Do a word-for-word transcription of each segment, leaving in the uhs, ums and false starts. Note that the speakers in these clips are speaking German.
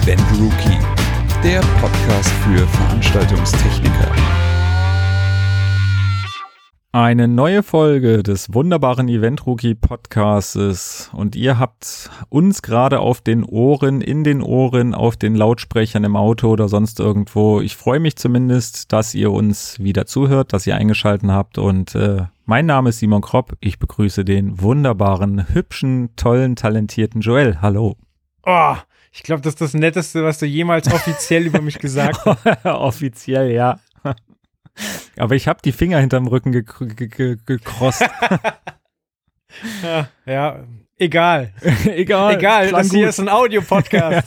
Event Rookie, der Podcast für Veranstaltungstechniker. Eine neue Folge des wunderbaren Event Rookie Podcasts und ihr habt uns gerade auf den Ohren, in den Ohren, auf den Lautsprechern im Auto oder sonst irgendwo. Ich freue mich zumindest, dass ihr uns wieder zuhört, dass ihr eingeschaltet habt und äh, mein Name ist Simon Kropp. Ich begrüße den wunderbaren, hübschen, tollen, talentierten Joel. Hallo. Oh, ich glaube, das ist das Netteste, was du jemals offiziell über mich gesagt hast. Offiziell, ja. Aber ich habe die Finger hinterm Rücken gekr- ge- ge- gekrost. ja, ja, egal. egal. Egal, das hier ist ein Audio-Podcast.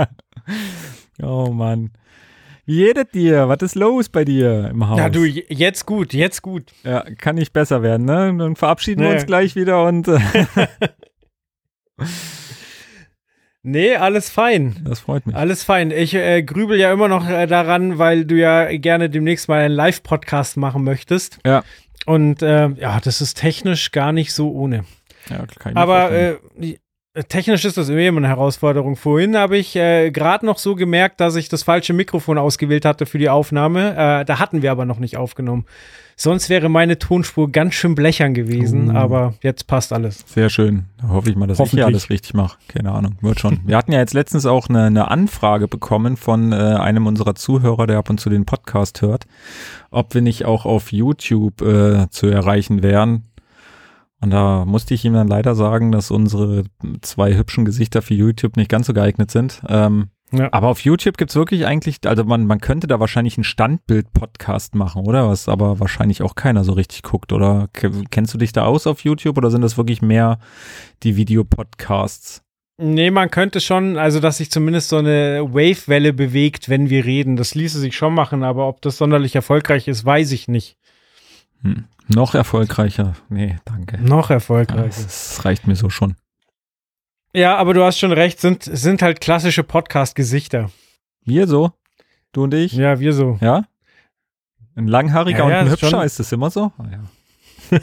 Oh Mann. Wie geht es dir? Was ist los bei dir im Haus? Ja, du, jetzt gut, jetzt gut. Ja, kann nicht besser werden, ne? Dann verabschieden nee. wir uns gleich wieder und Nee, alles fein. Das freut mich. Alles fein. Ich äh, grübel ja immer noch äh, daran, weil du ja gerne demnächst mal einen Live-Podcast machen möchtest. Ja. Und äh, ja, das ist technisch gar nicht so ohne. Ja, kann ich mir Aber äh, technisch ist das immer eine Herausforderung. Vorhin habe ich äh, gerade noch so gemerkt, dass ich das falsche Mikrofon ausgewählt hatte für die Aufnahme. Äh, da hatten wir aber noch nicht aufgenommen. Sonst wäre meine Tonspur ganz schön blechern gewesen, uh. aber jetzt passt alles. Sehr schön. Da hoffe ich mal, dass ich hier alles richtig mache. Keine Ahnung, wird schon. Wir hatten ja jetzt letztens auch eine, eine Anfrage bekommen von äh, einem unserer Zuhörer, der ab und zu den Podcast hört, ob wir nicht auch auf YouTube äh, zu erreichen wären. Und da musste ich ihm dann leider sagen, dass unsere zwei hübschen Gesichter für YouTube nicht ganz so geeignet sind. Ähm, ja. Aber auf YouTube gibt's wirklich eigentlich, also man, man könnte da wahrscheinlich einen Standbild-Podcast machen, oder? Was aber wahrscheinlich auch keiner so richtig guckt. Oder k- kennst du dich da aus auf YouTube oder sind das wirklich mehr die Videopodcasts? Nee, man könnte schon, also dass sich zumindest so eine Wave-Welle bewegt, wenn wir reden. Das ließe sich schon machen, aber ob das sonderlich erfolgreich ist, weiß ich nicht. Hm. Noch erfolgreicher? Nee, danke. Noch erfolgreicher. Ja, das reicht mir so schon. Ja, aber du hast schon recht, sind, sind halt klassische Podcast-Gesichter. Wir so? Du und ich? Ja, wir so. Ja? Ein langhaariger ja, und ja, ein hübscher, schon. Ist das immer so? Oh, ja.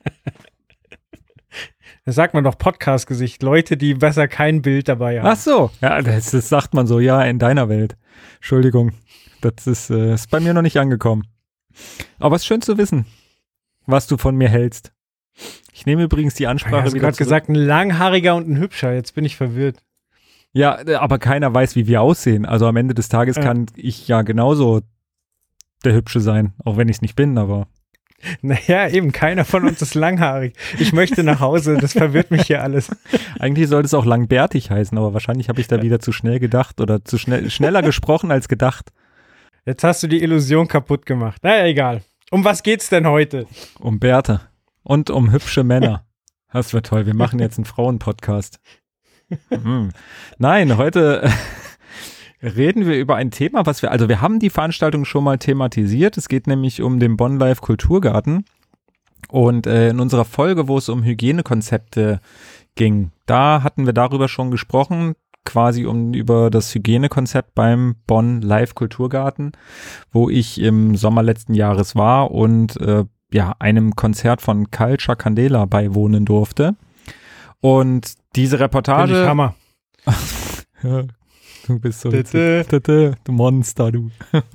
Das sagt man doch Podcast-Gesicht. Leute, die besser kein Bild dabei haben. Ach so. Ja, das, das sagt man so, ja, in deiner Welt. Entschuldigung. Das ist, äh, ist bei mir noch nicht angekommen. Aber es ist schön zu wissen, was du von mir hältst. Ich nehme übrigens die Ansprache ja, hast wieder gerade gesagt, ein langhaariger und ein hübscher. Jetzt bin ich verwirrt. Ja, aber keiner weiß, wie wir aussehen. Also am Ende des Tages ja. kann ich ja genauso der Hübsche sein, auch wenn ich es nicht bin, aber naja, eben, keiner von uns ist langhaarig. Ich möchte nach Hause, das verwirrt mich hier alles. Eigentlich sollte es auch langbärtig heißen, aber wahrscheinlich habe ich da wieder zu schnell gedacht oder zu schnell, schneller gesprochen als gedacht. Jetzt hast du die Illusion kaputt gemacht. Naja, egal. Um was geht's denn heute? Um Bärte und um hübsche Männer. Das wird toll, wir machen jetzt einen Frauen-Podcast. Mhm. Nein, heute reden wir über ein Thema, was wir, also wir haben die Veranstaltung schon mal thematisiert. Es geht nämlich um den Bonn Live Kulturgarten. Und äh, in unserer Folge, wo es um Hygienekonzepte ging, da hatten wir darüber schon gesprochen, quasi um über das Hygienekonzept beim Bonn Live Kulturgarten, wo ich im Sommer letzten Jahres war und äh, ja einem Konzert von Culture Candela beiwohnen durfte. Und diese Reportage. Finde ich Hammer. Ja, du bist so du Monster, du.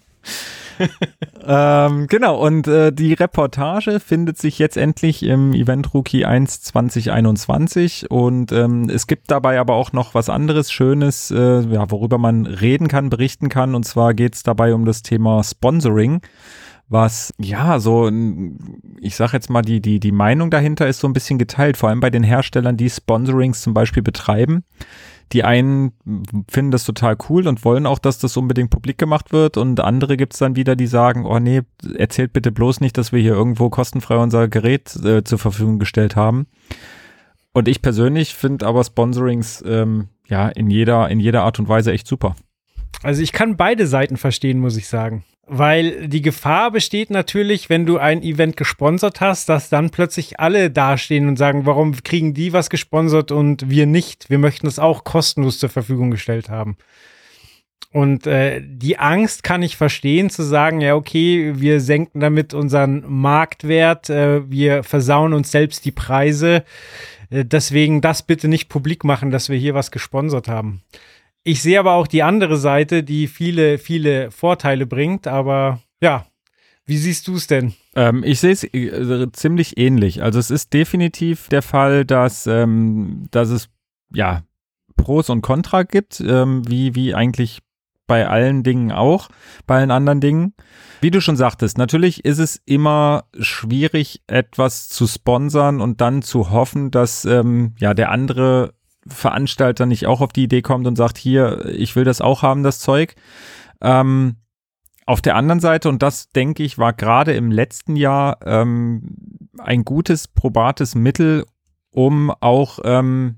ähm, genau, und äh, die Reportage findet sich jetzt endlich im Event Rookie eins zwanzig einundzwanzig und ähm, es gibt dabei aber auch noch was anderes Schönes, äh, ja, worüber man reden kann, berichten kann, und zwar geht es dabei um das Thema Sponsoring, was, ja, so, ich sag jetzt mal, die, die, die Meinung dahinter ist so ein bisschen geteilt, vor allem bei den Herstellern, die Sponsorings zum Beispiel betreiben. Die einen finden das total cool und wollen auch, dass das unbedingt publik gemacht wird, und andere gibt's dann wieder, die sagen, oh nee, erzählt bitte bloß nicht, dass wir hier irgendwo kostenfrei unser Gerät äh, zur Verfügung gestellt haben. Und ich persönlich finde aber Sponsorings ähm, ja in jeder, in jeder Art und Weise echt super. Also ich kann beide Seiten verstehen, muss ich sagen. Weil die Gefahr besteht natürlich, wenn du ein Event gesponsert hast, dass dann plötzlich alle dastehen und sagen, warum kriegen die was gesponsert und wir nicht? Wir möchten es auch kostenlos zur Verfügung gestellt haben. Und äh, die Angst kann ich verstehen, zu sagen, ja okay, wir senken damit unseren Marktwert, äh, wir versauen uns selbst die Preise, äh, deswegen das bitte nicht publik machen, dass wir hier was gesponsert haben. Ich sehe aber auch die andere Seite, die viele, viele Vorteile bringt. Aber ja, wie siehst du es denn? Ähm, ich sehe es äh, ziemlich ähnlich. Also es ist definitiv der Fall, dass, ähm, dass es ja Pros und Contra gibt, ähm, wie, wie eigentlich bei allen Dingen auch, bei allen anderen Dingen. Wie du schon sagtest, natürlich ist es immer schwierig, etwas zu sponsern und dann zu hoffen, dass ähm, ja der andere Veranstalter nicht auch auf die Idee kommt und sagt, hier, ich will das auch haben, das Zeug. Ähm, auf der anderen Seite, und das denke ich, war gerade im letzten Jahr ähm, ein gutes, probates Mittel, um auch ähm,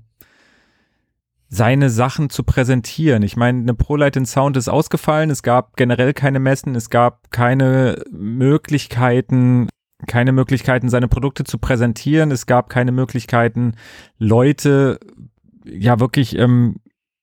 seine Sachen zu präsentieren. Ich meine, eine ProLight in Sound ist ausgefallen, es gab generell keine Messen, es gab keine Möglichkeiten, keine Möglichkeiten, seine Produkte zu präsentieren, es gab keine Möglichkeiten, Leute ja wirklich ähm,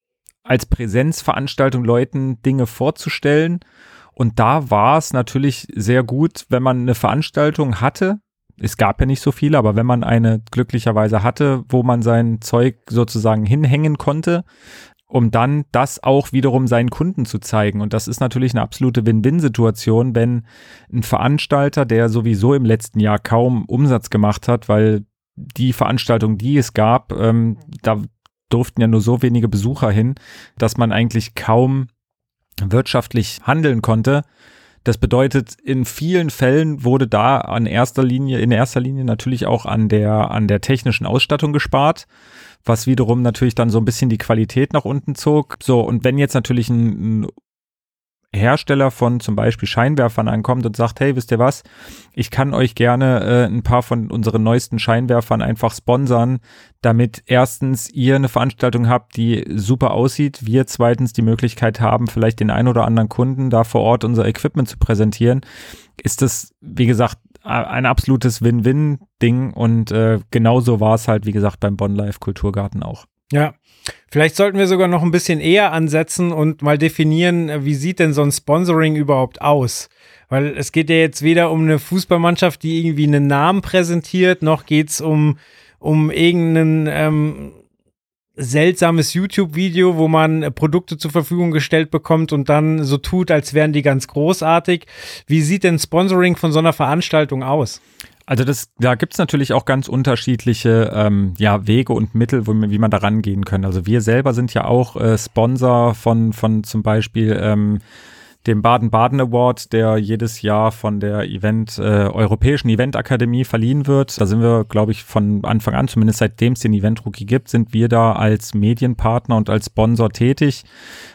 als Präsenzveranstaltung Leuten Dinge vorzustellen. Und da war es natürlich sehr gut, wenn man eine Veranstaltung hatte. Es gab ja nicht so viele, aber wenn man eine glücklicherweise hatte, wo man sein Zeug sozusagen hinhängen konnte, um dann das auch wiederum seinen Kunden zu zeigen. Und das ist natürlich eine absolute Win-Win-Situation, wenn ein Veranstalter, der sowieso im letzten Jahr kaum Umsatz gemacht hat, weil die Veranstaltung, die es gab, ähm, da durften ja nur so wenige Besucher hin, dass man eigentlich kaum wirtschaftlich handeln konnte. Das bedeutet, in vielen Fällen wurde da an erster Linie, in erster Linie natürlich auch an der, an der technischen Ausstattung gespart, was wiederum natürlich dann so ein bisschen die Qualität nach unten zog. So, und wenn jetzt natürlich ein, ein Hersteller von zum Beispiel Scheinwerfern ankommt und sagt, hey, wisst ihr was, ich kann euch gerne äh, ein paar von unseren neuesten Scheinwerfern einfach sponsern, damit erstens ihr eine Veranstaltung habt, die super aussieht, wir zweitens die Möglichkeit haben, vielleicht den ein oder anderen Kunden da vor Ort unser Equipment zu präsentieren, ist das, wie gesagt, ein absolutes Win-Win-Ding und äh, genauso war es halt, wie gesagt, beim Bonn Live Kulturgarten auch. Ja. Vielleicht sollten wir sogar noch ein bisschen eher ansetzen und mal definieren, wie sieht denn so ein Sponsoring überhaupt aus? Weil es geht ja jetzt weder um eine Fußballmannschaft, die irgendwie einen Namen präsentiert, noch geht es um, um irgendein ähm, seltsames YouTube-Video, wo man Produkte zur Verfügung gestellt bekommt und dann so tut, als wären die ganz großartig. Wie sieht denn Sponsoring von so einer Veranstaltung aus? Also das, da gibt's natürlich auch ganz unterschiedliche ähm, ja, Wege und Mittel, wo, wie man da rangehen kann. Also wir selber sind ja auch äh, Sponsor von, von zum Beispiel ähm, dem Baden-Baden Award, der jedes Jahr von der Event, äh, Europäischen Eventakademie verliehen wird. Da sind wir, glaube ich, von Anfang an, zumindest seitdem es den Event Rookie gibt, sind wir da als Medienpartner und als Sponsor tätig.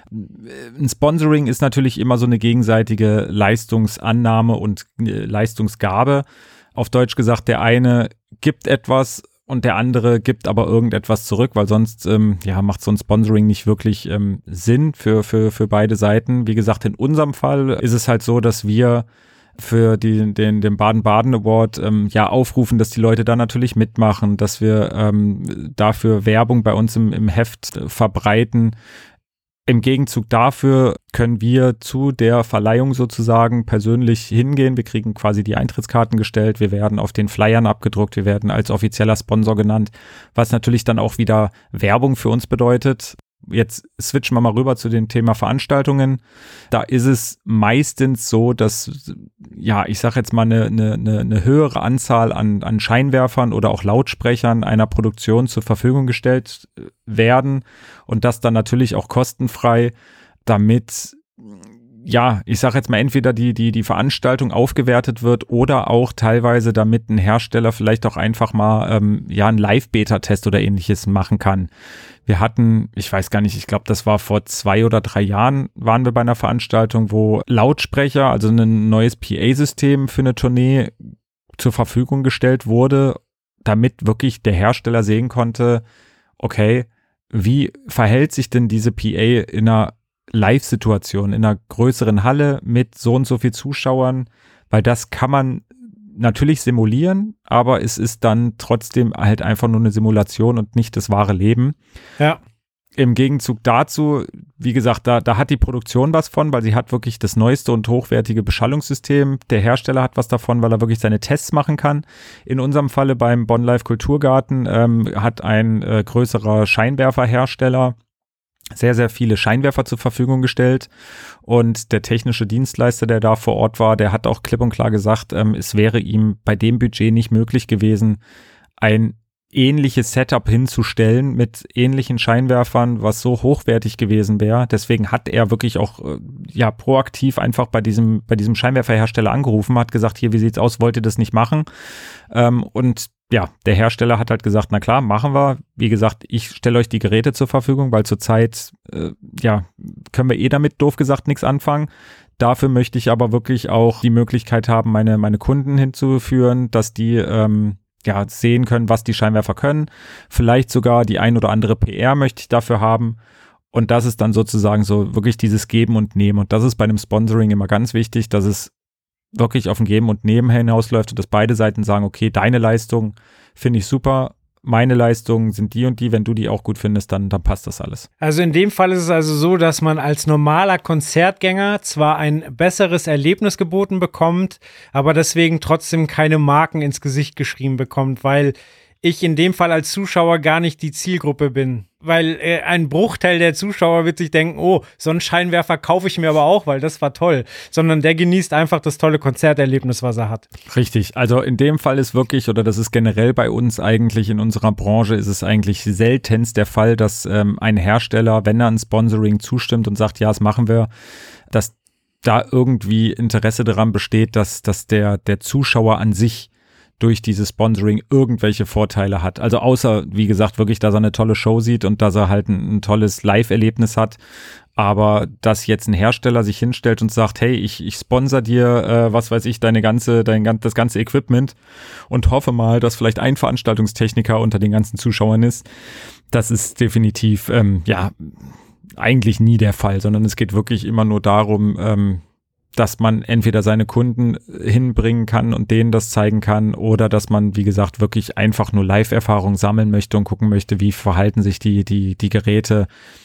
Ein Sponsoring ist natürlich immer so eine gegenseitige Leistungsannahme und äh, Leistungsgabe. Auf Deutsch gesagt, der eine gibt etwas und der andere gibt aber irgendetwas zurück, weil sonst ähm, ja, macht so ein Sponsoring nicht wirklich ähm, Sinn für, für, für beide Seiten. Wie gesagt, in unserem Fall ist es halt so, dass wir für die, den, den Baden-Baden Award ähm, ja aufrufen, dass die Leute da natürlich mitmachen, dass wir ähm, dafür Werbung bei uns im, im Heft äh, verbreiten. Im Gegenzug dafür können wir zu der Verleihung sozusagen persönlich hingehen. Wir kriegen quasi die Eintrittskarten gestellt. Wir werden auf den Flyern abgedruckt. Wir werden als offizieller Sponsor genannt, was natürlich dann auch wieder Werbung für uns bedeutet. Jetzt switchen wir mal rüber zu dem Thema Veranstaltungen. Da ist es meistens so, dass, ja, ich sage jetzt mal eine, eine, eine höhere Anzahl an, an Scheinwerfern oder auch Lautsprechern einer Produktion zur Verfügung gestellt werden und das dann natürlich auch kostenfrei, damit, ja, ich sage jetzt mal entweder die, die, die Veranstaltung aufgewertet wird oder auch teilweise damit ein Hersteller vielleicht auch einfach mal, ähm, ja, einen Live-Beta-Test oder ähnliches machen kann. Wir hatten, ich weiß gar nicht, ich glaube, das war vor zwei oder drei Jahren, waren wir bei einer Veranstaltung, wo Lautsprecher, also ein neues P A-System für eine Tournee zur Verfügung gestellt wurde, damit wirklich der Hersteller sehen konnte, okay, wie verhält sich denn diese P A in einer Live-Situation, in einer größeren Halle mit so und so viel Zuschauern, weil das kann man natürlich simulieren, aber es ist dann trotzdem halt einfach nur eine Simulation und nicht das wahre Leben. Ja. Im Gegenzug dazu, wie gesagt, da, da hat die Produktion was von, weil sie hat wirklich das neueste und hochwertige Beschallungssystem. Der Hersteller hat was davon, weil er wirklich seine Tests machen kann. In unserem Falle beim Bonn Live Kulturgarten ähm, hat ein äh, größerer Scheinwerferhersteller sehr, sehr viele Scheinwerfer zur Verfügung gestellt und der technische Dienstleister, der da vor Ort war, der hat auch klipp und klar gesagt, ähm, es wäre ihm bei dem Budget nicht möglich gewesen, ein ähnliches Setup hinzustellen mit ähnlichen Scheinwerfern, was so hochwertig gewesen wäre. Deswegen hat er wirklich auch äh, ja proaktiv einfach bei diesem bei diesem Scheinwerferhersteller angerufen, hat gesagt, hier, wie sieht's aus, wollt ihr das nicht machen? Ähm, und ja, der Hersteller hat halt gesagt, na klar, machen wir. Wie gesagt, ich stelle euch die Geräte zur Verfügung, weil zurzeit, äh, ja, können wir eh damit, doof gesagt, nichts anfangen. Dafür möchte ich aber wirklich auch die Möglichkeit haben, meine, meine Kunden hinzuführen, dass die, ähm, ja, sehen können, was die Scheinwerfer können. Vielleicht sogar die ein oder andere P R möchte ich dafür haben. Und das ist dann sozusagen so wirklich dieses Geben und Nehmen. Und das ist bei einem Sponsoring immer ganz wichtig, dass es wirklich auf ein Geben und Nehmen hinausläuft und dass beide Seiten sagen, okay, deine Leistung finde ich super, meine Leistungen sind die und die, wenn du die auch gut findest, dann, dann passt das alles. Also in dem Fall ist es also so, dass man als normaler Konzertgänger zwar ein besseres Erlebnis geboten bekommt, aber deswegen trotzdem keine Marken ins Gesicht geschrieben bekommt, weil ich in dem Fall als Zuschauer gar nicht die Zielgruppe bin. Weil äh, ein Bruchteil der Zuschauer wird sich denken, oh, so einen Scheinwerfer kaufe ich mir aber auch, weil das war toll. Sondern der genießt einfach das tolle Konzerterlebnis, was er hat. Richtig, also in dem Fall ist wirklich, oder das ist generell bei uns eigentlich in unserer Branche, ist es eigentlich seltenst der Fall, dass ähm, ein Hersteller, wenn er ein Sponsoring zustimmt und sagt, ja, das machen wir, dass da irgendwie Interesse daran besteht, dass, dass der, der Zuschauer an sich durch dieses Sponsoring irgendwelche Vorteile hat. Also außer, wie gesagt, wirklich, dass er eine tolle Show sieht und dass er halt ein, ein tolles Live-Erlebnis hat. Aber dass jetzt ein Hersteller sich hinstellt und sagt, hey, ich, ich sponsor dir, äh, was weiß ich, deine ganze, dein, das ganze Equipment und hoffe mal, dass vielleicht ein Veranstaltungstechniker unter den ganzen Zuschauern ist, das ist definitiv, ähm, ja, eigentlich nie der Fall, sondern es geht wirklich immer nur darum, ähm, dass man entweder seine Kunden hinbringen kann und denen das zeigen kann oder dass man, wie gesagt, wirklich einfach nur Live-Erfahrung sammeln möchte und gucken möchte, wie verhalten sich die, die, die Geräte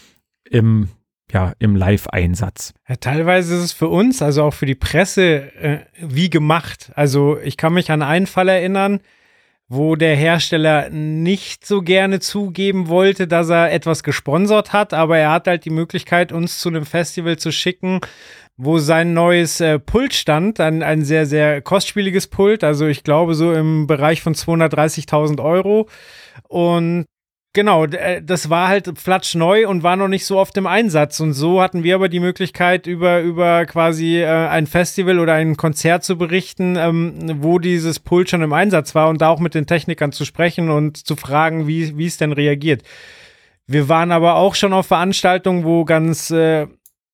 im, ja, im Live-Einsatz. Ja, teilweise ist es für uns, also auch für die Presse, äh, wie gemacht. Also ich kann mich an einen Fall erinnern, wo der Hersteller nicht so gerne zugeben wollte, dass er etwas gesponsert hat, aber er hat halt die Möglichkeit, uns zu einem Festival zu schicken, wo sein neues äh, Pult stand, ein, ein sehr, sehr kostspieliges Pult, also ich glaube so im Bereich von zweihundertdreißigtausend Euro und genau, das war halt flatschneu und war noch nicht so oft im Einsatz und so hatten wir aber die Möglichkeit, über, über quasi äh, ein Festival oder ein Konzert zu berichten, ähm, wo dieses Pult schon im Einsatz war und da auch mit den Technikern zu sprechen und zu fragen, wie, wie es denn reagiert. Wir waren aber auch schon auf Veranstaltungen, wo ganz, äh,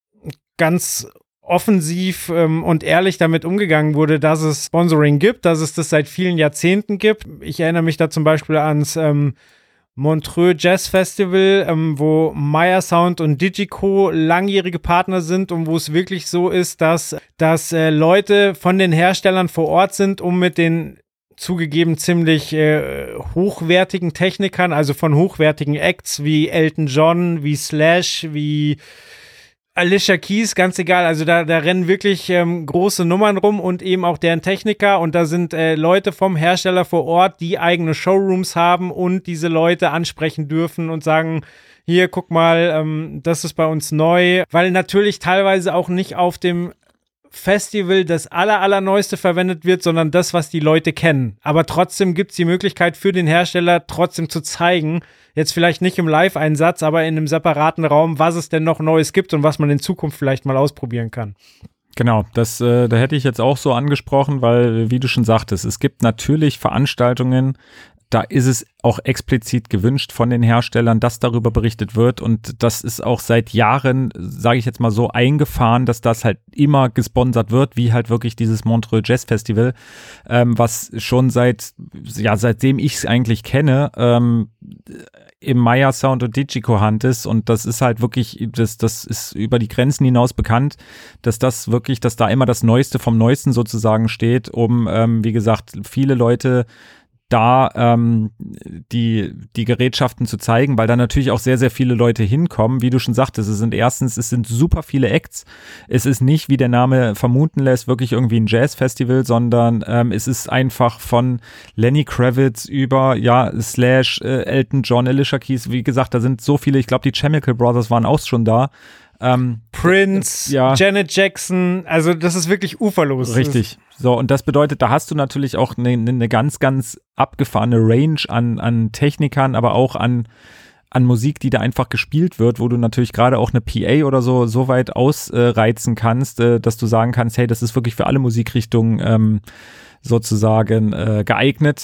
ganz offensiv ähm, und ehrlich damit umgegangen wurde, dass es Sponsoring gibt, dass es das seit vielen Jahrzehnten gibt. Ich erinnere mich da zum Beispiel ans ähm, Montreux Jazz Festival, ähm, wo Meyer Sound und Digico langjährige Partner sind und wo es wirklich so ist, dass, dass äh, Leute von den Herstellern vor Ort sind, um mit den zugegeben ziemlich äh, hochwertigen Technikern, also von hochwertigen Acts wie Elton John, wie Slash, wie Alicia Keys, ganz egal, also da, da rennen wirklich ähm, große Nummern rum und eben auch deren Techniker und da sind äh, Leute vom Hersteller vor Ort, die eigene Showrooms haben und diese Leute ansprechen dürfen und sagen, hier, guck mal, ähm, das ist bei uns neu, weil natürlich teilweise auch nicht auf dem Festival das aller, allerneueste verwendet wird, sondern das, was die Leute kennen. Aber trotzdem gibt es die Möglichkeit für den Hersteller trotzdem zu zeigen, jetzt vielleicht nicht im Live-Einsatz, aber in einem separaten Raum, was es denn noch Neues gibt und was man in Zukunft vielleicht mal ausprobieren kann. Genau, das äh, da hätte ich jetzt auch so angesprochen, weil, wie du schon sagtest, es gibt natürlich Veranstaltungen, da ist es auch explizit gewünscht von den Herstellern, dass darüber berichtet wird und das ist auch seit Jahren, sage ich jetzt mal so, eingefahren, dass das halt immer gesponsert wird, wie halt wirklich dieses Montreux Jazz Festival, ähm, was schon seit, ja, seitdem ich es eigentlich kenne, ähm, im Meyer Sound und Digico Hand ist und das ist halt wirklich, das, das ist über die Grenzen hinaus bekannt, dass das wirklich, dass da immer das Neueste vom Neuesten sozusagen steht, um, ähm, wie gesagt, viele Leute da ähm, die, die Gerätschaften zu zeigen, weil da natürlich auch sehr, sehr viele Leute hinkommen. Wie du schon sagtest, es sind erstens, es sind super viele Acts. Es ist nicht, wie der Name vermuten lässt, wirklich irgendwie ein Jazzfestival, sondern ähm, es ist einfach von Lenny Kravitz über, ja, Slash, äh, Elton John, Alicia Keys, wie gesagt, da sind so viele, ich glaube, die Chemical Brothers waren auch schon da. Ähm, Prince, ja. Janet Jackson, also das ist wirklich uferlos. Richtig. So, und das bedeutet, da hast du natürlich auch eine ne ganz, ganz abgefahrene Range an, an Technikern, aber auch an, an Musik, die da einfach gespielt wird, wo du natürlich gerade auch eine P A oder so so weit ausreizen äh, kannst, äh, dass du sagen kannst, hey, das ist wirklich für alle Musikrichtungen ähm, sozusagen äh, geeignet.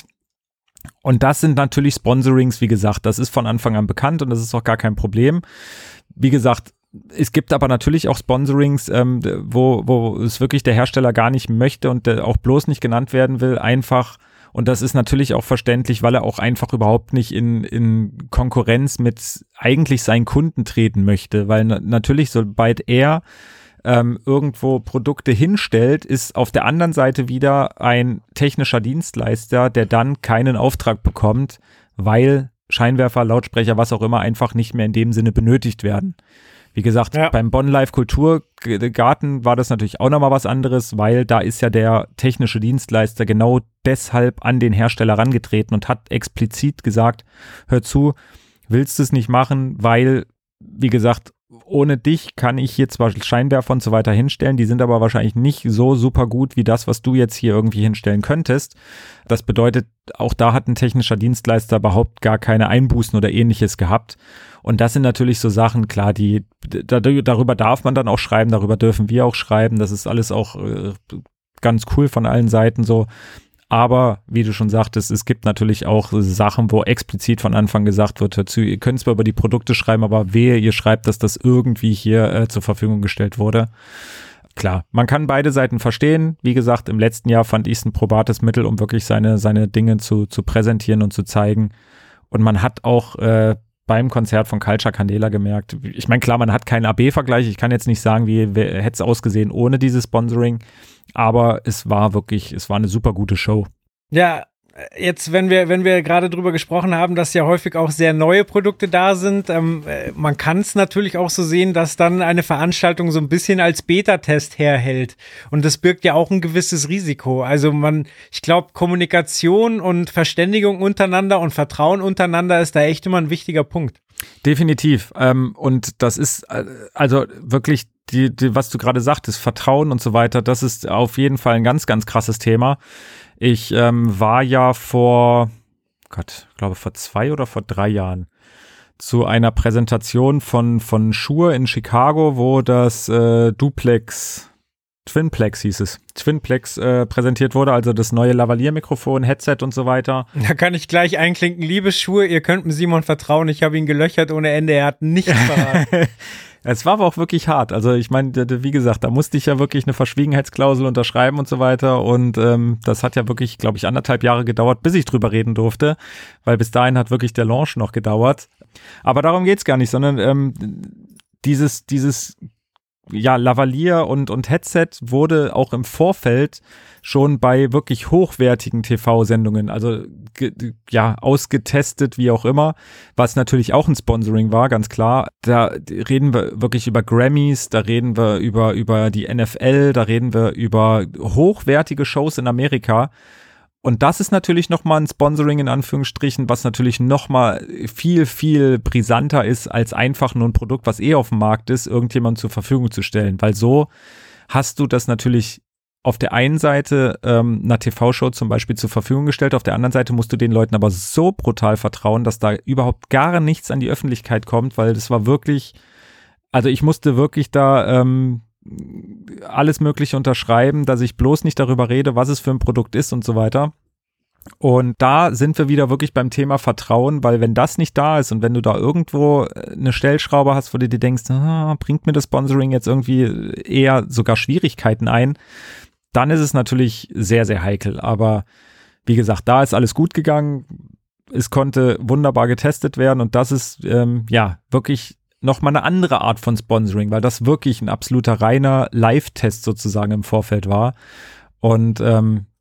Und das sind natürlich Sponsorings, wie gesagt, das ist von Anfang an bekannt und das ist auch gar kein Problem. Wie gesagt, es gibt aber natürlich auch Sponsorings, ähm, wo, wo es wirklich der Hersteller gar nicht möchte und der auch bloß nicht genannt werden will, einfach, und das ist natürlich auch verständlich, weil er auch einfach überhaupt nicht in, in Konkurrenz mit eigentlich seinen Kunden treten möchte, weil na- natürlich, sobald er ähm, irgendwo Produkte hinstellt, ist auf der anderen Seite wieder ein technischer Dienstleister, der dann keinen Auftrag bekommt, weil Scheinwerfer, Lautsprecher, was auch immer, einfach nicht mehr in dem Sinne benötigt werden. Wie gesagt, ja. Beim Bonn Live Kulturgarten war das natürlich auch nochmal was anderes, weil da ist ja der technische Dienstleister genau deshalb an den Hersteller herangetreten und hat explizit gesagt, hör zu, willst du es nicht machen, weil, wie gesagt, ohne dich kann ich hier zwar Scheinwerfer und so weiter hinstellen, die sind aber wahrscheinlich nicht so super gut wie das, was du jetzt hier irgendwie hinstellen könntest. Das bedeutet, auch da hat ein technischer Dienstleister überhaupt gar keine Einbußen oder ähnliches gehabt. Und das sind natürlich so Sachen, klar, die da, darüber darf man dann auch schreiben, darüber dürfen wir auch schreiben. Das ist alles auch äh, ganz cool von allen Seiten so. Aber wie du schon sagtest, es gibt natürlich auch Sachen, wo explizit von Anfang gesagt wird, hör zu, ihr könnt zwar über die Produkte schreiben, aber wehe, ihr schreibt, dass das irgendwie hier äh, zur Verfügung gestellt wurde. Klar, man kann beide Seiten verstehen. Wie gesagt, im letzten Jahr fand ich es ein probates Mittel, um wirklich seine, seine Dinge zu, zu präsentieren und zu zeigen. Und man hat auch äh, beim Konzert von Culture Candela gemerkt, ich meine, klar, man hat keinen A B-Vergleich. Ich kann jetzt nicht sagen, wie hätte es ausgesehen ohne dieses Sponsoring. Aber es war wirklich, es war eine super gute Show. Ja, jetzt, wenn wir, wenn wir gerade drüber gesprochen haben, dass ja häufig auch sehr neue Produkte da sind, ähm, man kann es natürlich auch so sehen, dass dann eine Veranstaltung so ein bisschen als Beta-Test herhält. Und das birgt ja auch ein gewisses Risiko. Also man, ich glaube, Kommunikation und Verständigung untereinander und Vertrauen untereinander ist da echt immer ein wichtiger Punkt. Definitiv. Ähm, und das ist äh, also wirklich die, die, was du gerade sagtest, Vertrauen und so weiter, das ist auf jeden Fall ein ganz, ganz krasses Thema. Ich ähm, war ja vor, Gott, ich glaube vor zwei oder vor drei Jahren zu einer Präsentation von, von Shure in Chicago, wo das äh, Duplex, Twinplex hieß es, Twinplex äh, präsentiert wurde, also das neue Lavalier-Mikrofon, Headset und so weiter. Da kann ich gleich einklinken, liebe Shure, ihr könnt dem Simon vertrauen, ich habe ihn gelöchert ohne Ende, er hat nichts verraten. Es war aber auch wirklich hart. Also ich meine, wie gesagt, da musste ich ja wirklich eine Verschwiegenheitsklausel unterschreiben und so weiter. Und ähm, das hat ja wirklich, glaube ich, anderthalb Jahre gedauert, bis ich drüber reden durfte. Weil bis dahin hat wirklich der Launch noch gedauert. Aber darum geht's gar nicht, sondern ähm, dieses, dieses ja, Lavalier und, und Headset wurde auch im Vorfeld schon bei wirklich hochwertigen T V-Sendungen, also ge, ja, ausgetestet, wie auch immer, was natürlich auch ein Sponsoring war, ganz klar. Da reden wir wirklich über Grammys, da reden wir über, über die N F L, da reden wir über hochwertige Shows in Amerika. Und das ist natürlich nochmal ein Sponsoring in Anführungsstrichen, was natürlich nochmal viel, viel brisanter ist, als einfach nur ein Produkt, was eh auf dem Markt ist, irgendjemandem zur Verfügung zu stellen. Weil so hast du das natürlich auf der einen Seite ähm, einer T V-Show zum Beispiel zur Verfügung gestellt, auf der anderen Seite musst du den Leuten aber so brutal vertrauen, dass da überhaupt gar nichts an die Öffentlichkeit kommt, weil das war wirklich, also ich musste wirklich da ähm, alles Mögliche unterschreiben, dass ich bloß nicht darüber rede, was es für ein Produkt ist und so weiter. Und da sind wir wieder wirklich beim Thema Vertrauen, weil wenn das nicht da ist und wenn du da irgendwo eine Stellschraube hast, wo du dir denkst, ah, bringt mir das Sponsoring jetzt irgendwie eher sogar Schwierigkeiten ein, dann ist es natürlich sehr, sehr heikel. Aber wie gesagt, da ist alles gut gegangen. Es konnte wunderbar getestet werden und das ist ähm, ja wirklich nochmal eine andere Art von Sponsoring, weil das wirklich ein absoluter reiner Live-Test sozusagen im Vorfeld war. Und ähm,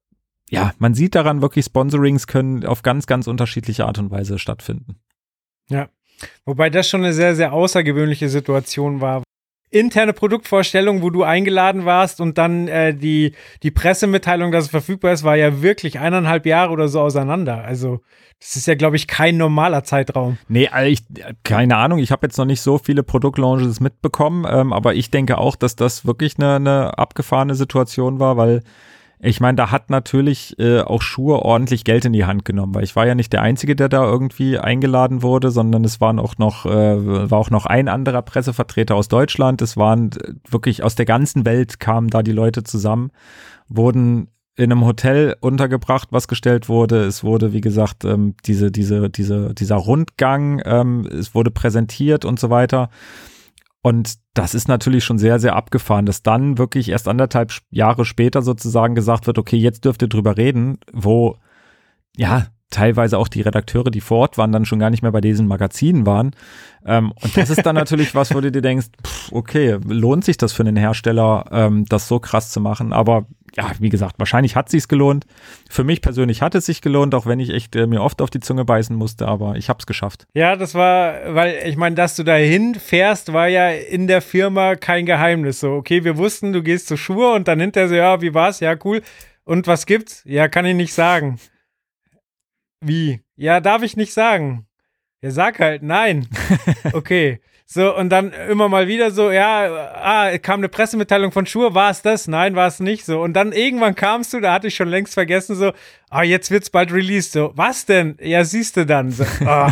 ja, man sieht daran wirklich, Sponsorings können auf ganz, ganz unterschiedliche Art und Weise stattfinden. Ja, wobei das schon eine sehr, sehr außergewöhnliche Situation war. Interne Produktvorstellung, wo du eingeladen warst und dann äh, die, die Pressemitteilung, dass es verfügbar ist, war ja wirklich eineinhalb Jahre oder so auseinander. Also das ist ja, glaube ich, kein normaler Zeitraum. Nee, ich, keine Ahnung, ich habe jetzt noch nicht so viele Produktlaunches mitbekommen, ähm, aber ich denke auch, dass das wirklich eine, eine abgefahrene Situation war, weil ich meine, da hat natürlich äh, auch Shure ordentlich Geld in die Hand genommen, weil ich war ja nicht der Einzige, der da irgendwie eingeladen wurde, sondern es waren auch noch, äh, war auch noch ein anderer Pressevertreter aus Deutschland. Es waren wirklich aus der ganzen Welt kamen da die Leute zusammen, wurden in einem Hotel untergebracht, was gestellt wurde. Es wurde, wie gesagt, ähm, diese, diese, diese, dieser Rundgang, ähm, es wurde präsentiert und so weiter. Und das ist natürlich schon sehr, sehr abgefahren, dass dann wirklich erst anderthalb Jahre später sozusagen gesagt wird, okay, jetzt dürft ihr drüber reden, wo ja teilweise auch die Redakteure, die vor Ort waren, dann schon gar nicht mehr bei diesen Magazinen waren. Ähm, und das ist dann natürlich was, wo du dir denkst, pff, okay, lohnt sich das für einen Hersteller, ähm, das so krass zu machen? Aber ja, wie gesagt, wahrscheinlich hat es sich gelohnt. Für mich persönlich hat es sich gelohnt, auch wenn ich echt äh, mir oft auf die Zunge beißen musste, aber ich habe es geschafft. Ja, das war, weil ich meine, dass du dahin fährst, war ja in der Firma kein Geheimnis. So, okay, wir wussten, du gehst zur Shure und dann hinterher so, ja, wie war's? Ja, cool. Und was gibt's? Ja, kann ich nicht sagen. Wie? Ja, darf ich nicht sagen. Ja, sag halt, nein. Okay. So, und dann immer mal wieder so, ja, ah, kam eine Pressemitteilung von Shure, war es das? Nein, war es nicht so. Und dann irgendwann kamst du, da hatte ich schon längst vergessen, so, ah, jetzt wird's bald released. So, was denn? Ja, siehst du dann. So, ah.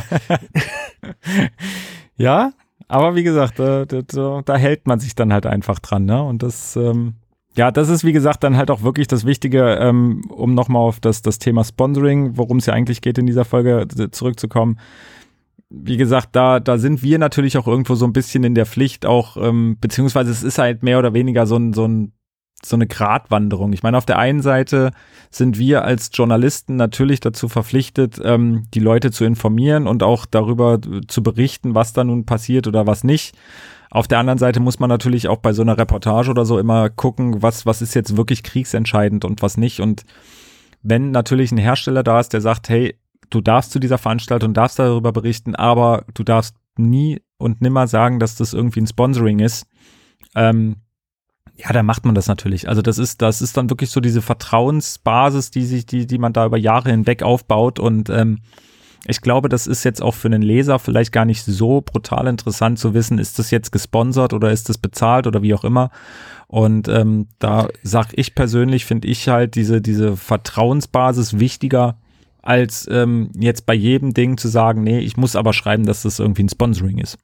Ja, aber wie gesagt, da, da, da hält man sich dann halt einfach dran, ne? Und das, ähm, ja, das ist, wie gesagt, dann halt auch wirklich das Wichtige, ähm, um nochmal auf das, das Thema Sponsoring, worum es ja eigentlich geht in dieser Folge, zurückzukommen. Wie gesagt, da, da sind wir natürlich auch irgendwo so ein bisschen in der Pflicht auch, ähm, beziehungsweise es ist halt mehr oder weniger so ein, so ein, so eine Gratwanderung. Ich meine, auf der einen Seite sind wir als Journalisten natürlich dazu verpflichtet, ähm, die Leute zu informieren und auch darüber zu berichten, was da nun passiert oder was nicht. Auf der anderen Seite muss man natürlich auch bei so einer Reportage oder so immer gucken, was, was ist jetzt wirklich kriegsentscheidend und was nicht. Und wenn natürlich ein Hersteller da ist, der sagt, hey, du darfst zu dieser Veranstaltung, darfst darüber berichten, aber du darfst nie und nimmer sagen, dass das irgendwie ein Sponsoring ist. Ähm, ja, dann macht man das natürlich. Also das ist, das ist dann wirklich so diese Vertrauensbasis, die sich, die, die man da über Jahre hinweg aufbaut. Und ähm, ich glaube, das ist jetzt auch für einen Leser vielleicht gar nicht so brutal interessant zu wissen, ist das jetzt gesponsert oder ist das bezahlt oder wie auch immer. Und ähm, da sag ich persönlich, finde ich halt diese, diese Vertrauensbasis wichtiger, als ähm, jetzt bei jedem Ding zu sagen, nee, ich muss aber schreiben, dass das irgendwie ein Sponsoring ist.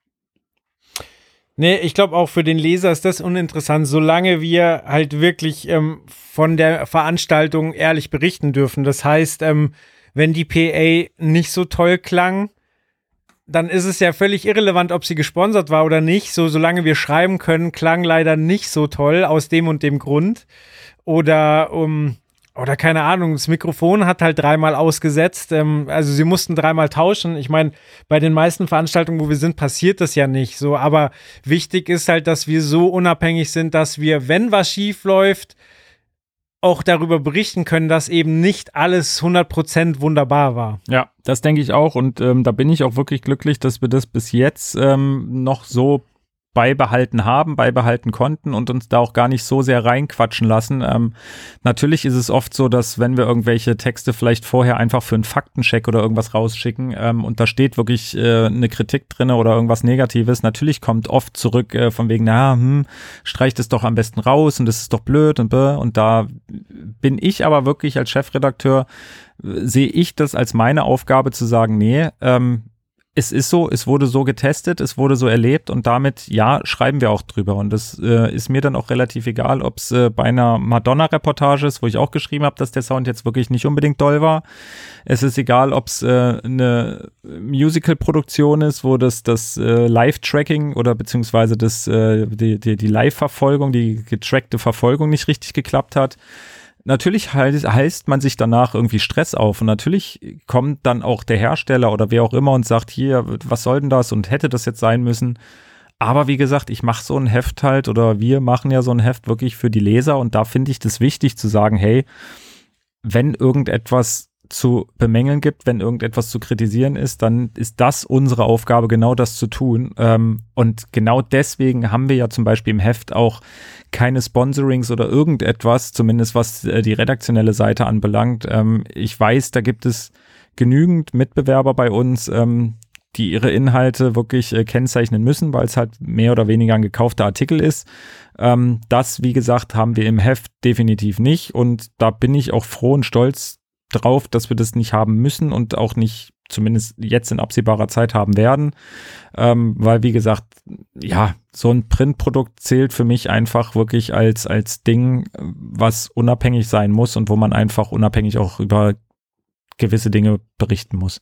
Nee, ich glaube auch für den Leser ist das uninteressant, solange wir halt wirklich ähm, von der Veranstaltung ehrlich berichten dürfen. Das heißt, ähm, wenn die P A nicht so toll klang, dann ist es ja völlig irrelevant, ob sie gesponsert war oder nicht. So, solange wir schreiben können, klang leider nicht so toll aus dem und dem Grund. Oder um Oder keine Ahnung, das Mikrofon hat halt dreimal ausgesetzt, ähm, also sie mussten dreimal tauschen. Ich meine, bei den meisten Veranstaltungen, wo wir sind, passiert das ja nicht so, aber wichtig ist halt, dass wir so unabhängig sind, dass wir, wenn was schief läuft, auch darüber berichten können, dass eben nicht alles hundert Prozent wunderbar war. Ja, das denke ich auch und ähm, da bin ich auch wirklich glücklich, dass wir das bis jetzt ähm, noch so beibehalten haben, beibehalten konnten und uns da auch gar nicht so sehr reinquatschen lassen. Ähm, natürlich ist es oft so, dass wenn wir irgendwelche Texte vielleicht vorher einfach für einen Faktencheck oder irgendwas rausschicken ähm, und da steht wirklich äh, eine Kritik drin oder irgendwas Negatives, natürlich kommt oft zurück äh, von wegen, na, hm, streicht es doch am besten raus und das ist doch blöd und bäh. Und da bin ich aber wirklich als Chefredakteur, äh, sehe ich das als meine Aufgabe zu sagen, nee, ähm, es ist so, es wurde so getestet, es wurde so erlebt und damit, ja, schreiben wir auch drüber. Und das äh, ist mir dann auch relativ egal, ob es äh, bei einer Madonna-Reportage ist, wo ich auch geschrieben habe, dass der Sound jetzt wirklich nicht unbedingt doll war. Es ist egal, ob es äh, eine Musical-Produktion ist, wo das, das äh, Live-Tracking oder beziehungsweise das, äh, die, die, die Live-Verfolgung, die getrackte Verfolgung nicht richtig geklappt hat. Natürlich heißt man sich danach irgendwie Stress auf und natürlich kommt dann auch der Hersteller oder wer auch immer und sagt, hier, was soll denn das und hätte das jetzt sein müssen. Aber wie gesagt, ich mache so ein Heft halt oder wir machen ja so ein Heft wirklich für die Leser und da finde ich das wichtig zu sagen, hey, wenn irgendetwas zu bemängeln gibt, wenn irgendetwas zu kritisieren ist, dann ist das unsere Aufgabe, genau das zu tun. Ähm, und genau deswegen haben wir ja zum Beispiel im Heft auch keine Sponsorings oder irgendetwas, zumindest was äh, die redaktionelle Seite anbelangt. Ähm, ich weiß, da gibt es genügend Mitbewerber bei uns, ähm, die ihre Inhalte wirklich äh, kennzeichnen müssen, weil es halt mehr oder weniger ein gekaufter Artikel ist. Ähm, das, wie gesagt, haben wir im Heft definitiv nicht und da bin ich auch froh und stolz drauf, dass wir das nicht haben müssen und auch nicht zumindest jetzt in absehbarer Zeit haben werden, ähm, weil wie gesagt, ja, so ein Printprodukt zählt für mich einfach wirklich als als Ding, was unabhängig sein muss und wo man einfach unabhängig auch über gewisse Dinge berichten muss.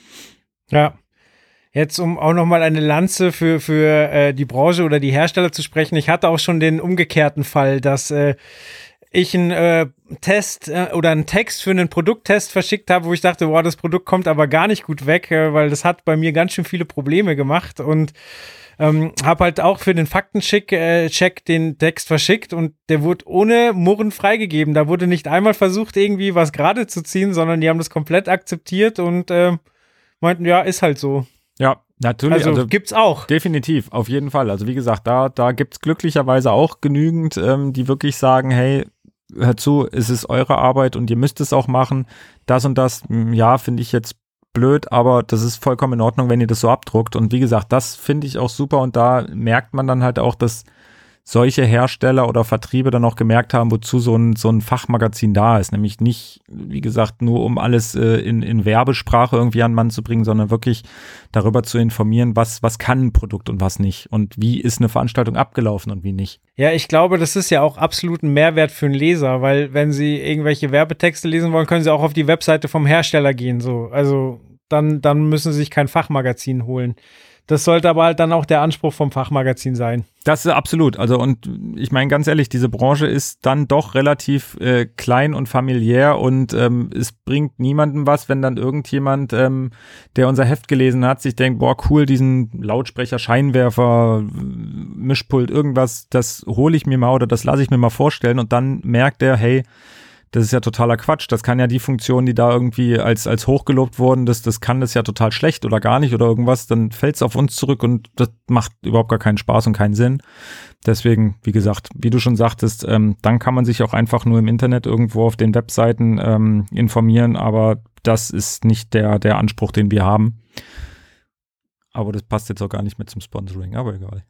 Ja. Jetzt, um auch nochmal eine Lanze für, für äh, die Branche oder die Hersteller zu sprechen. Ich hatte auch schon den umgekehrten Fall, dass äh, ich einen äh, Test äh, oder einen Text für einen Produkttest verschickt habe, wo ich dachte, boah, das Produkt kommt aber gar nicht gut weg, äh, weil das hat bei mir ganz schön viele Probleme gemacht und ähm, habe halt auch für den Faktencheck äh, Check den Text verschickt und der wurde ohne Murren freigegeben. Da wurde nicht einmal versucht, irgendwie was gerade zu ziehen, sondern die haben das komplett akzeptiert und äh, meinten, ja, ist halt so. Ja, natürlich. Also, also gibt's auch. Definitiv, auf jeden Fall. Also wie gesagt, da, da gibt's glücklicherweise auch genügend, ähm, die wirklich sagen, hey, hört zu, es ist eure Arbeit und ihr müsst es auch machen. Das und das, ja, finde ich jetzt blöd, aber das ist vollkommen in Ordnung, wenn ihr das so abdruckt. Und wie gesagt, das finde ich auch super und da merkt man dann halt auch, dass solche Hersteller oder Vertriebe dann auch gemerkt haben, wozu so ein, so ein Fachmagazin da ist. Nämlich nicht, wie gesagt, nur um alles äh, in, in Werbesprache irgendwie an den Mann zu bringen, sondern wirklich darüber zu informieren, was, was kann ein Produkt und was nicht. Und wie ist eine Veranstaltung abgelaufen und wie nicht. Ja, ich glaube, das ist ja auch absolut ein Mehrwert für einen Leser, weil wenn sie irgendwelche Werbetexte lesen wollen, können sie auch auf die Webseite vom Hersteller gehen. So. Also dann, dann müssen sie sich kein Fachmagazin holen. Das sollte aber halt dann auch der Anspruch vom Fachmagazin sein. Das ist absolut. Also und ich meine ganz ehrlich, diese Branche ist dann doch relativ äh, klein und familiär und ähm, es bringt niemandem was, wenn dann irgendjemand, ähm, der unser Heft gelesen hat, sich denkt, boah cool, diesen Lautsprecher, Scheinwerfer, Mischpult, irgendwas, das hole ich mir mal oder das lasse ich mir mal vorstellen und dann merkt er, hey, das ist ja totaler Quatsch. Das kann ja die Funktion, die da irgendwie als, als hochgelobt wurden, das, das kann das ja total schlecht oder gar nicht oder irgendwas. Dann fällt es auf uns zurück und das macht überhaupt gar keinen Spaß und keinen Sinn. Deswegen, wie gesagt, wie du schon sagtest, ähm, dann kann man sich auch einfach nur im Internet irgendwo auf den Webseiten ähm, informieren. Aber das ist nicht der, der Anspruch, den wir haben. Aber das passt jetzt auch gar nicht mehr zum Sponsoring, aber egal.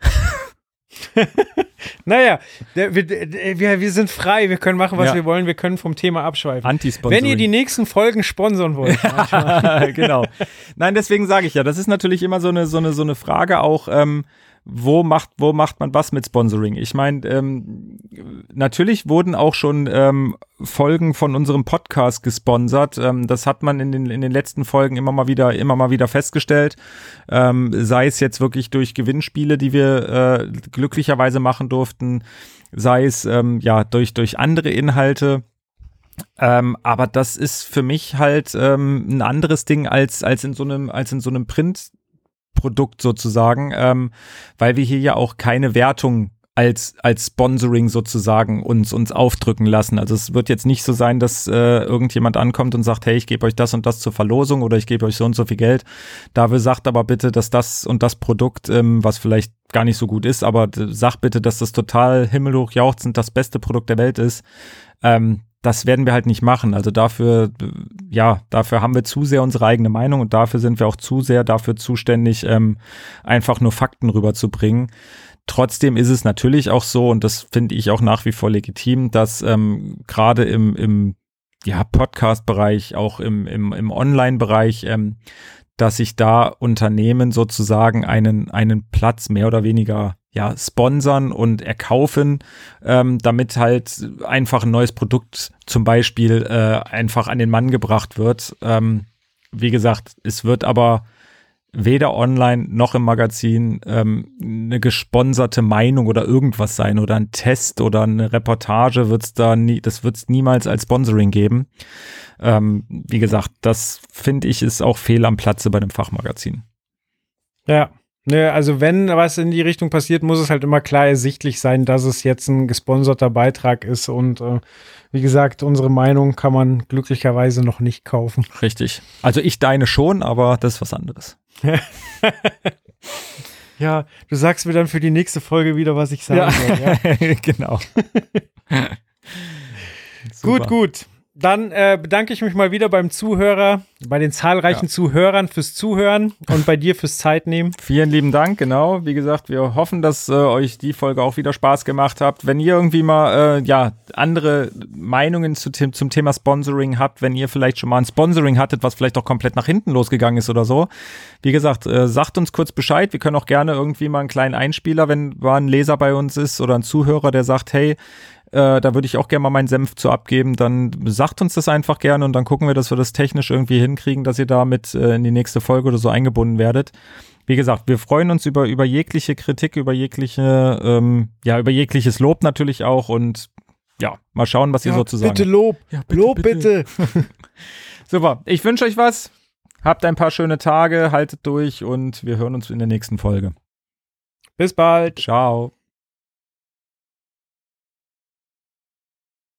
Naja, der, wir, wir, wir sind frei, wir können machen, was ja. wir wollen, wir können vom Thema abschweifen. Anti-Sponsoring. Wenn ihr die nächsten Folgen sponsern wollt. Genau. Nein, deswegen sage ich ja, das ist natürlich immer so eine, so eine, so eine Frage auch, ähm, wo macht, wo macht man was mit Sponsoring? Ich meine, ähm, natürlich wurden auch schon ähm, Folgen von unserem Podcast gesponsert. Ähm, das hat man in den, in den letzten Folgen immer mal wieder, immer mal wieder festgestellt. Ähm, sei es jetzt wirklich durch Gewinnspiele, die wir äh, glücklicherweise machen durften, sei es ähm, ja durch, durch andere Inhalte. Ähm, aber das ist für mich halt ähm, ein anderes Ding als, als in so einem, als in so einem Print Produkt sozusagen, ähm, weil wir hier ja auch keine Wertung als als Sponsoring sozusagen uns uns aufdrücken lassen. Also es wird jetzt nicht so sein, dass äh, irgendjemand ankommt und sagt, hey, ich gebe euch das und das zur Verlosung oder ich gebe euch so und so viel Geld. Dafür sagt aber bitte, dass das und das Produkt, ähm, was vielleicht gar nicht so gut ist, aber sagt bitte, dass das total himmelhoch jauchzend das beste Produkt der Welt ist. Ähm, Das werden wir halt nicht machen. Also dafür, ja, dafür haben wir zu sehr unsere eigene Meinung und dafür sind wir auch zu sehr dafür zuständig, ähm, einfach nur Fakten rüberzubringen. Trotzdem ist es natürlich auch so, und das finde ich auch nach wie vor legitim, dass ähm, gerade im, im ja, Podcast-Bereich, auch im, im, im Online-Bereich, ähm, dass sich da Unternehmen sozusagen einen, einen Platz mehr oder weniger ja, sponsern und erkaufen, ähm, damit halt einfach ein neues Produkt zum Beispiel äh, einfach an den Mann gebracht wird. Ähm, wie gesagt, es wird aber weder online noch im Magazin ähm, eine gesponserte Meinung oder irgendwas sein oder ein Test oder eine Reportage wird's da nie, das wird's niemals als Sponsoring geben. Ähm, wie gesagt, das finde ich ist auch fehl am Platze bei einem Fachmagazin. Ja. Ne, also wenn was in die Richtung passiert, muss es halt immer klar ersichtlich sein, dass es jetzt ein gesponserter Beitrag ist. Und äh, wie gesagt, unsere Meinung kann man glücklicherweise noch nicht kaufen. Richtig. Also ich deine schon, aber das ist was anderes. Ja, du sagst mir dann für die nächste Folge wieder, was ich sagen ja. soll. Ja, genau. Gut, gut. Dann äh, bedanke ich mich mal wieder beim Zuhörer, bei den zahlreichen ja. Zuhörern fürs Zuhören und bei dir fürs Zeitnehmen. Vielen lieben Dank, genau. Wie gesagt, wir hoffen, dass äh, euch die Folge auch wieder Spaß gemacht habt. Wenn ihr irgendwie mal äh, ja andere Meinungen zu, zum Thema Sponsoring habt, wenn ihr vielleicht schon mal ein Sponsoring hattet, was vielleicht auch komplett nach hinten losgegangen ist oder so, wie gesagt, äh, sagt uns kurz Bescheid. Wir können auch gerne irgendwie mal einen kleinen Einspieler, wenn mal ein Leser bei uns ist oder ein Zuhörer, der sagt, hey, Äh, da würde ich auch gerne mal meinen Senf zu abgeben, dann sagt uns das einfach gerne und dann gucken wir, dass wir das technisch irgendwie hinkriegen, dass ihr da mit äh, in die nächste Folge oder so eingebunden werdet. Wie gesagt, wir freuen uns über, über jegliche Kritik, über jegliche, ähm, ja, über jegliches Lob natürlich auch und ja, mal schauen, was ihr ja, so zu sagen habt. Bitte Lob, ja, bitte, Lob bitte. bitte. Super, ich wünsche euch was, habt ein paar schöne Tage, haltet durch und wir hören uns in der nächsten Folge. Bis bald. Ciao.